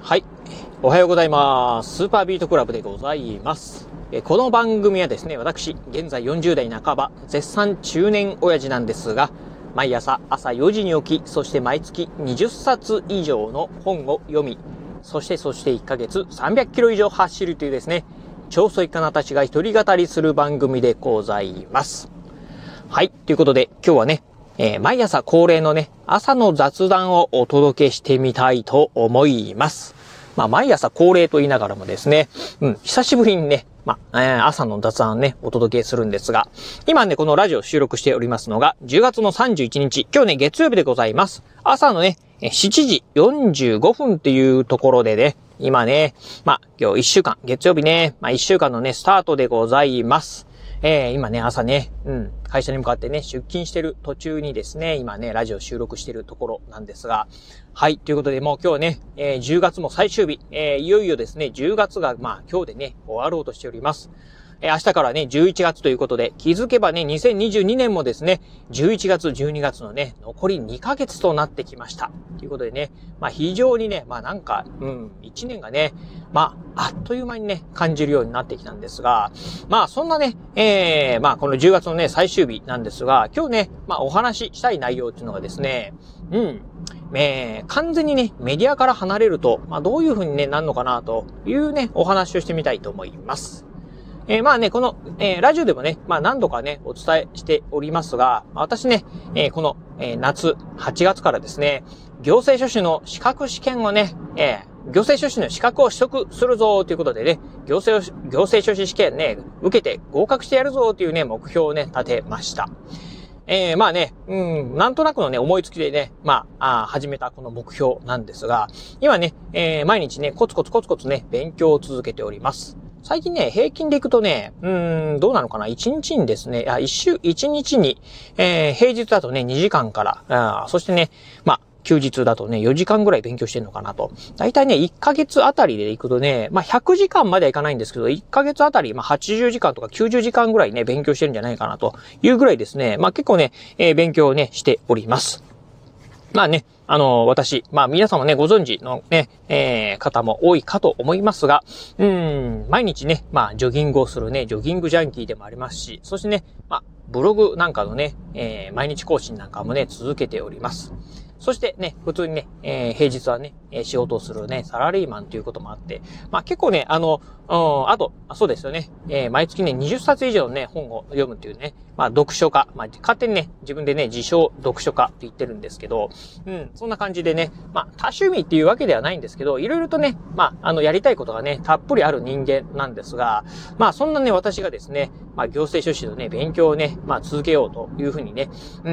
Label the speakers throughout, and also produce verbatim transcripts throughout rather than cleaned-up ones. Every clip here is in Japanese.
Speaker 1: はい。おはようございます。スーパービートクラブでございます。この番組はですね、私、現在よんじゅう代半ば、絶賛中年親父なんですが、毎朝朝よじに起き、そして毎月にじゅっさつ以上の本を読み、そしてそしていっかげつさんびゃっキロ以上走るというですね、超ソイカナたちが一人語りする番組でございます。はい。ということで、今日はね、えー、毎朝恒例のね、朝の雑談をお届けしてみたいと思います。まあ、毎朝恒例と言いながらもですね、うん、久しぶりにね、まあ、えー、朝の雑談をね、お届けするんですが、今ね、このラジオ収録しておりますのが、じゅうがつのさんじゅういちにち、今日ね、月曜日でございます。朝のね、しちじよんじゅうごふんっていうところでね、今ね、まあ、今日いっしゅうかん、月曜日ね、まあ、いっしゅうかんのね、スタートでございます。えー、今ね、朝ね、うん、会社に向かってね、出勤してる途中にですね、今ね、ラジオ収録してるところなんですが、はい、ということでもう今日ね、えー、じゅうがつも最終日、えー、いよいよですね、じゅうがつが、まあ、今日でね、終わろうとしております。えー、明日からね、じゅういちがつということで、気づけばね、にせんにじゅうにねんもですね、じゅういちがつ、じゅうにがつのね、残りにかげつとなってきました。ということでね、まあ非常にね、まあなんか、うん、いちねんがね、まあ、あっという間にね、感じるようになってきたんですが、まあそんなね、えー、まあこのじゅうがつのね、最終日なんですが、今日ね、まあお話ししたい内容っていうのがですね、うん、えー、完全にね、メディアから離れると、まあどういう風にね、なるのかなというね、お話をしてみたいと思います。えー、まあね、この、えー、ラジオでもね、まあ何度かね、お伝えしておりますが、私ね、えー、この、えー、夏、はちがつからですね、行政書士の資格試験をね、えー、行政書士の資格を取得するぞということでね、行政、行政書士試験ね、受けて合格してやるぞというね、目標をね、立てました。えー、まあね、うん、なんとなくのね、思いつきでね、まあ、あ始めたこの目標なんですが、今ね、えー、毎日ね、コツコツコツコツね、勉強を続けております。最近ね、平均でいくとね、うーん、どうなのかな、一日にですね、あ、一週、一日に、えー、平日だとね、にじかんから、あそしてね、まあ、休日だとね、よじかんぐらい勉強してるのかなと。だいたいね、いっかげつあたりでいくとね、まあ、ひゃくじかんまではいかないんですけど、いっかげつあたり、まあ、はちじゅうじかんとかきゅうじゅうじかんぐらいね、勉強してるんじゃないかなというぐらいですね、まあ、結構ね、えー、勉強をね、しております。まあね、あの、私、まあ皆さんもね、ご存知のね、えー、方も多いかと思いますが、うーん、毎日ね、まあジョギングをするね、ジョギングジャンキーでもありますし、そしてね、まあ、ブログなんかのね、えー、毎日更新なんかもね、続けております。そしてね、普通にね、えー、平日はね、仕事をするね、サラリーマンということもあって、まあ結構ね、あの、うん、あと、そうですよね、えー、毎月ね、にじゅっさつ以上のね、本を読むっていうね、まあ読書家、まあ勝手にね、自分でね、自称読書家って言ってるんですけど、うん、そんな感じでね、まあ多趣味っていうわけではないんですけど、いろいろとね、まあ、あの、やりたいことがね、たっぷりある人間なんですが、まあそんなね、私がですね、まあ行政書士のね、勉強をね、まあ続けようというふうにね、うん、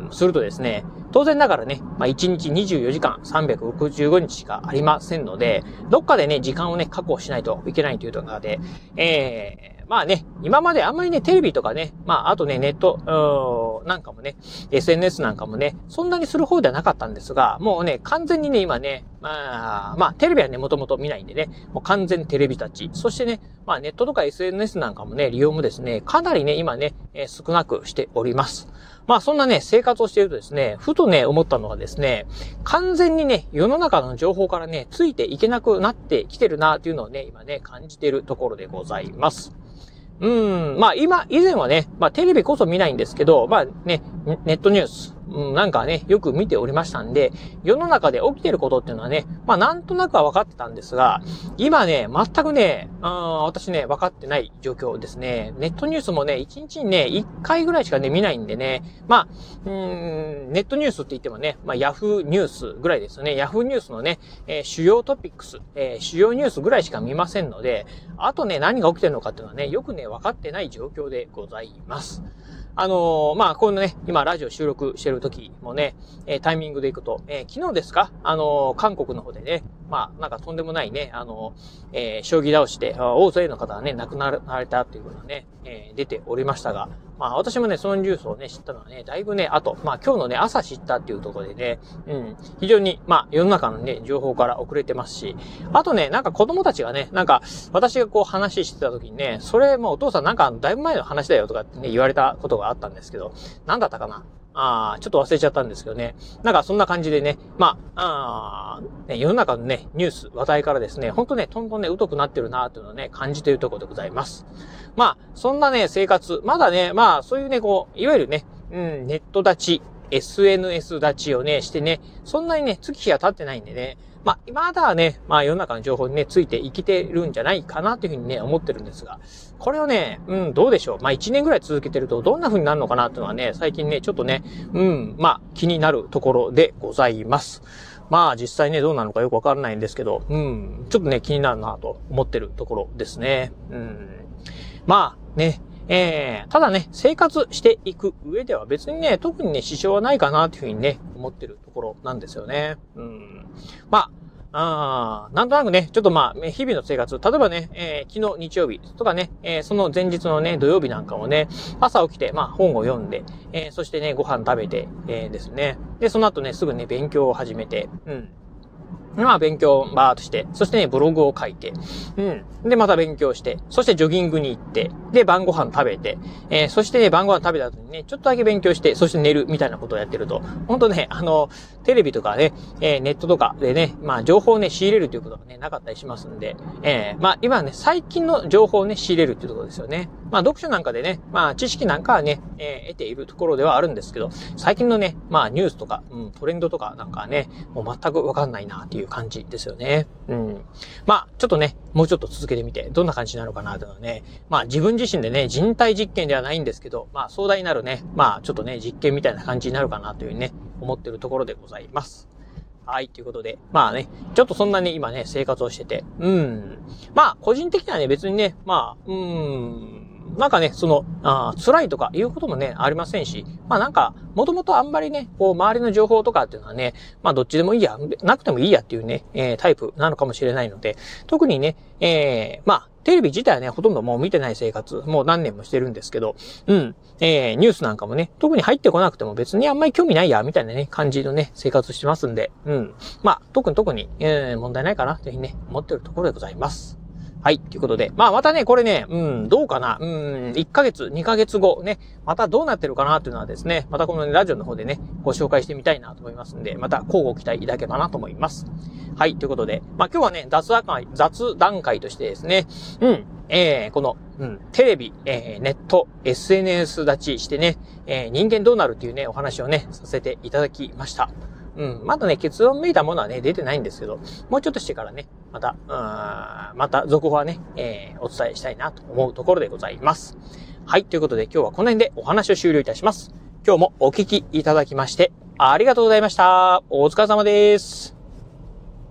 Speaker 1: するとですね、当然ながらね、まあいちにちにじゅうよじかんさんびゃくろくじゅうごにちしかありませんので、どっかでね、時間をね、確保しないといけないというところで、えー、まあね、今まであんまりね、テレビとかね、まああとね、ネット、なんかもね、エスエヌエス なんかもね、そんなにする方ではなかったんですが、もうね、完全にね、今ね、まあ、まあ、テレビはね、もともと見ないんでね、もう完全テレビたち。そしてね、まあ、ネットとか エスエヌエス なんかもね、利用もですね、かなりね、今ね、えー、少なくしております。まあ、そんなね、生活をしているとですね、ふとね、思ったのはですね、完全にね、世の中の情報からね、ついていけなくなってきてるな、というのをね、今ね、感じているところでございます。うーん、まあ今、以前はね、まあテレビこそ見ないんですけど、まあね、ネットニュース、うん、なんかね、よく見ておりましたんで、世の中で起きてることっていうのはね、まあなんとなくは分かってたんですが、今ね、全くね、あ私ね、分かってない状況ですね。ネットニュースもね、いちにちにね、いっかいぐらいしかね、見ないんでね、まあ、うーん、ネットニュースって言ってもね、まあヤフーニュースぐらいですよね。ヤフーニュースのね、えー、主要トピックス、えー、主要ニュースぐらいしか見ませんので、あとね、何が起きてるのかっていうのはね、よくね、分かってない状況でございます。あのー、まあ、このね、今ラジオ収録してる時もね、えー、タイミングでいくと、えー、昨日ですかあのー、韓国の方でね、まあ、なんかとんでもないね、あのー、えー、将棋倒して、大勢の方がね、亡くなられたっていうことがね、えー、出ておりましたが、まあ、私もね、そのニュースをね、知ったのはね、だいぶね、あと、まあ、今日のね、朝知ったっていうところでね、うん、非常に、まあ、世の中のね、情報から遅れてますし、あとね、なんか子供たちがね、なんか、私がこう話してた時にね、それもうお父さんなんかだいぶ前の話だよとかってね、言われたことがあったんですけど、なんだったかなああ、ちょっと忘れちゃったんですけどね。なんかそんな感じでね、まあ、あね、世の中のね、ニュース、話題からですね、ほんとね、どんどんね、疎くなってるなというのをね、感じているところでございます。まあ、そんなね、生活、まだね、まあ、そういうね、こう、いわゆるね、うん、ネット立ち、エスエヌエス 立ちをね、してね、そんなにね、月日が経ってないんでね、まあ、まだね、まあ世の中の情報にね、ついて生きてるんじゃないかなというふうにね、思ってるんですが、これをね、うん、どうでしょう。まあ一年ぐらい続けてるとどんな風になるのかなというのはね、最近ね、ちょっとね、うん、まあ気になるところでございます。まあ実際ね、どうなのかよくわからないんですけど、うん、ちょっとね、気になるなと思ってるところですね。うん。まあね、えー、ただね、生活していく上では別にね、特にね、支障はないかなというふうにね、思ってるところなんですよね。うん。まあ、あなんとなくね、ちょっとまあ、日々の生活、例えばね、えー、昨日日曜日とかね、えー、その前日のね、土曜日なんかもね、朝起きて、まあ本を読んで、えー、そしてね、ご飯食べて、えー、ですね。で、その後ね、すぐね、勉強を始めて、うん。まあ勉強をバーっとして、そしてね、ブログを書いて、うん。で、また勉強して、そしてジョギングに行って、で、晩ご飯食べて、えー、そしてね、晩ご飯食べた後にね、ちょっとだけ勉強して、そして寝るみたいなことをやってると、ほんとね、あの、テレビとかね、えー、ネットとかでね、まあ情報をね、仕入れるということがね、なかったりしますんで、えー、まあ今はね、最近の情報をね、仕入れるっていうところですよね。まあ読書なんかでね、まあ知識なんかはね、えー、得ているところではあるんですけど、最近のね、まあニュースとか、うん、トレンドとかなんかはね、もう全くわかんないなっていう感じですよね。うん。まあ、ちょっとね、もうちょっと続けてみて、どんな感じなのかなというのはね、まあ自分自身でね、人体実験ではないんですけど、まあ壮大になるね、まあちょっとね、実験みたいな感じになるかなというね、思ってるところでございます。はい、ということで、まあね、ちょっとそんなに今ね、生活をしてて、うん。まあ、個人的にはね、別にね、まあ、うーん、なんかね、その、あ辛いとかいうこともね、ありませんし、まあなんか、もともとあんまりね、こう、周りの情報とかっていうのはね、まあどっちでもいいや、なくてもいいやっていうね、えー、タイプなのかもしれないので、特にね、えー、まあ、テレビ自体はね、ほとんどもう見てない生活、もう何年もしてるんですけど、うん、えー、ニュースなんかもね、特に入ってこなくても別にあんまり興味ないや、みたいなね、感じのね、生活してますんで、うん。まあ、特に特に、えー、問題ないかな、というふうにね、思ってるところでございます。はい。ということで。まあ、またね、これね、うん、どうかな。うん、いっかげつ、にかげつご、ね、またどうなってるかなというのはですね、またこの、ね、ラジオの方でね、ご紹介してみたいなと思いますんで、また、交互期待いただければなと思います。はい。ということで、まあ、今日はね、雑談会、雑談会としてですね、うん、えー、この、うん、テレビ、えー、ネット、エスエヌエス 立ちしてね、えー、人間どうなるっていうね、お話をね、させていただきました。うん。まだね、結論めいたものはね、出てないんですけど、もうちょっとしてからね、また、うーん、また続報はね、えー、お伝えしたいなと思うところでございます。はい。ということで今日はこの辺でお話を終了いたします。今日もお聞きいただきまして、ありがとうございました。お疲れ様です。